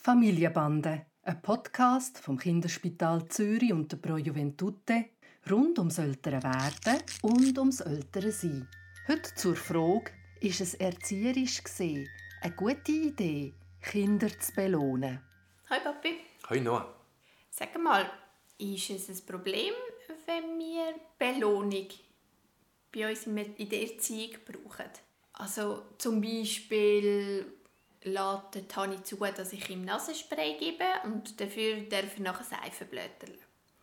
Familienbande, ein Podcast vom Kinderspital Zürich und der Pro Juventute rund ums ältere Werden und ums ältere Sein. Heute zur Frage, ist es erzieherisch gesehen eine gute Idee, Kinder zu belohnen? Hi Papi. Hi Noah. Sag mal, ist es ein Problem, wenn wir Belohnung bei uns in der Erziehung brauchen? Also zum Beispiel lässt Tani zu, dass ich ihm Nasenspray gebe und dafür darf er nachher Seife blöterlen.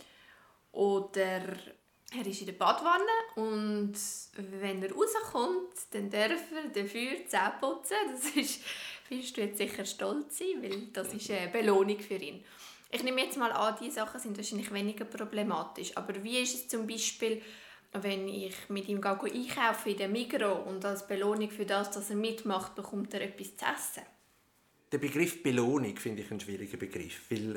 Oder er ist in der Badwanne und wenn er rauskommt, dann darf er dafür die Zähne putzen. Wirst du jetzt sicher stolz sein, weil das ist eine Belohnung für ihn. Ich nehme jetzt mal an, diese Sachen sind wahrscheinlich weniger problematisch. Aber wie ist es zum Beispiel, wenn ich mit ihm einkaufe in der Migros und als Belohnung für das, dass er mitmacht, bekommt er etwas zu essen? Der Begriff Belohnung finde ich einen schwierigen Begriff, weil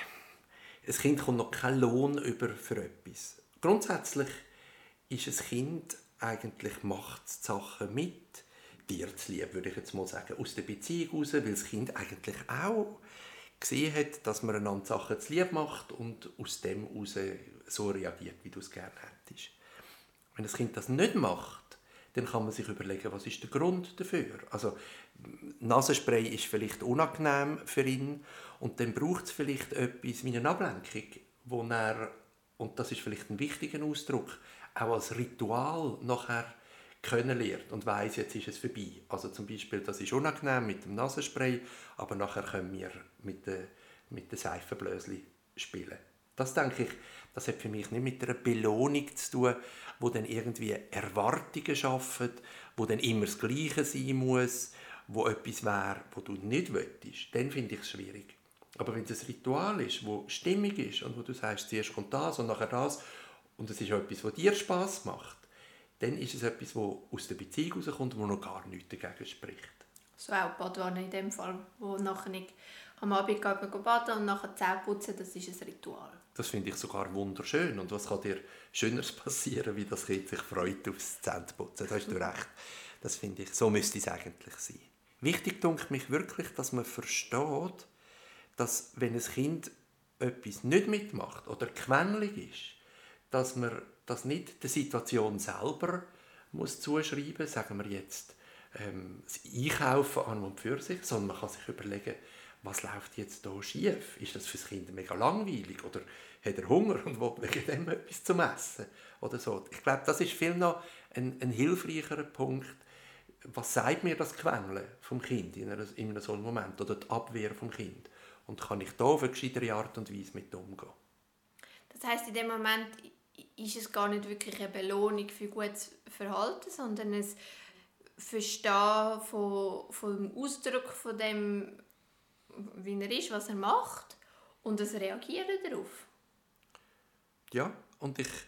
ein Kind kommt noch keinen Lohn über für etwas. Grundsätzlich ist ein Kind eigentlich macht die Sachen mit dir zu lieb, würde ich jetzt mal sagen, aus der Beziehung heraus, weil das Kind eigentlich auch gesehen hat, dass man einander Sachen zu lieb macht und aus dem heraus so reagiert, wie du es gerne hättest. Wenn das Kind das nicht macht, dann kann man sich überlegen, was ist der Grund dafür. Also Nasenspray ist vielleicht unangenehm für ihn und dann braucht es vielleicht etwas wie eine Ablenkung, wo er, und das ist vielleicht ein wichtiger Ausdruck, auch als Ritual nachher können lernt und weiss, jetzt ist es vorbei. Also zum Beispiel, das ist unangenehm mit dem Nasenspray, aber nachher können wir mit den Seifenblöschen spielen. Das denke ich, das hat für mich nicht mit einer Belohnung zu tun, wo dann irgendwie Erwartungen schaffen, wo dann immer das Gleiche sein muss, wo etwas wäre, wo du nicht möchtest. Dann finde ich es schwierig. Aber wenn es ein Ritual ist, wo stimmig ist und wo du sagst, zuerst kommt das und nachher das und es ist etwas, was dir Spass macht, dann ist es etwas, das aus der Beziehung herauskommt und wo noch gar nichts dagegen spricht. So auch Badwanne in dem Fall, wo nachher nicht am Abend baden und nachher Zähne putzen, das ist ein Ritual. Das finde ich sogar wunderschön. Und was kann dir Schöneres passieren, wie das Kind sich freut aufs Zähneputzen? Da hast du recht. Das finde ich, so müsste es eigentlich sein. Wichtig dünkt mich wirklich, dass man versteht, dass wenn ein Kind etwas nicht mitmacht oder quengelig ist, dass man das nicht der Situation selber muss zuschreiben muss, sagen wir jetzt, das Einkaufen an und für sich, sondern man kann sich überlegen, was läuft jetzt hier schief? Ist das für das Kind mega langweilig? Oder hat er Hunger und will wegen dem etwas zum Essen? Oder so. Ich glaube, das ist viel noch ein hilfreicherer Punkt. Was sagt mir das Quengeln vom Kind in einem solchen Moment? Oder die Abwehr vom Kind? Und kann ich da auf eine gescheitere Art und Weise mit umgehen? Das heisst, in dem Moment ist es gar nicht wirklich eine Belohnung für gutes Verhalten, sondern ein Verstehen vom Ausdruck von dem, wie er ist, was er macht und das Reagieren darauf. Ja, und ich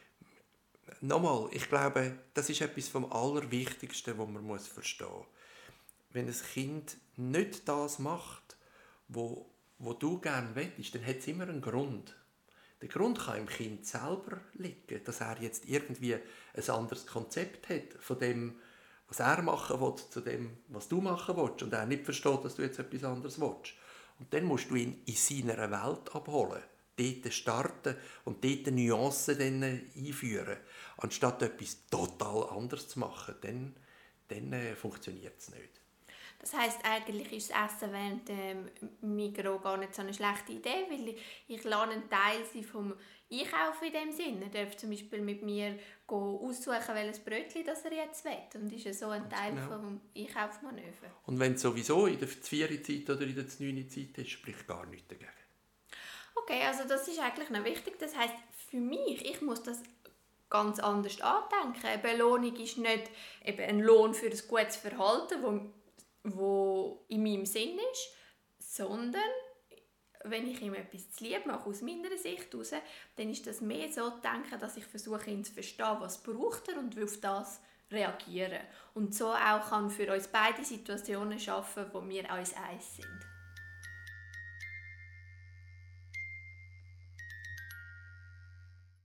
glaube, das ist etwas vom Allerwichtigsten, was man verstehen muss. Wenn ein Kind nicht das macht, wo du gerne willst, dann hat es immer einen Grund. Der Grund kann im Kind selber liegen, dass er jetzt irgendwie ein anderes Konzept hat von dem, was er machen will, zu dem, was du machen willst, und er nicht versteht, dass du jetzt etwas anderes willst. Und dann musst du ihn in seiner Welt abholen, dort starten und dort Nuancen einführen, anstatt etwas total anderes zu machen. Dann funktioniert es nicht. Das heisst, eigentlich ist das Essen während dem Migros gar nicht so eine schlechte Idee, weil ich lerne einen Teil vom Einkaufen in dem Sinne. Er darf zum Beispiel mit mir aussuchen, welches Brötchen das er jetzt will. Und ist ja so ein Teil vom Einkaufsmanöver. Und wenn es sowieso in der 4er-Zeit oder in der 9er-Zeit ist, spricht gar nichts dagegen. Okay, also das ist eigentlich noch wichtig. Das heisst, für mich, ich muss das ganz anders andenken. Eine Belohnung ist nicht eben ein Lohn für ein gutes Verhalten, wo in meinem Sinn ist, sondern wenn ich ihm etwas zu lieb mache, aus meiner Sicht heraus, dann ist das mehr so zu denken, dass ich versuche, ihn zu verstehen, was braucht er und will auf das reagieren. Und so auch kann für uns beide Situationen schaffen, wo wir uns eins sind.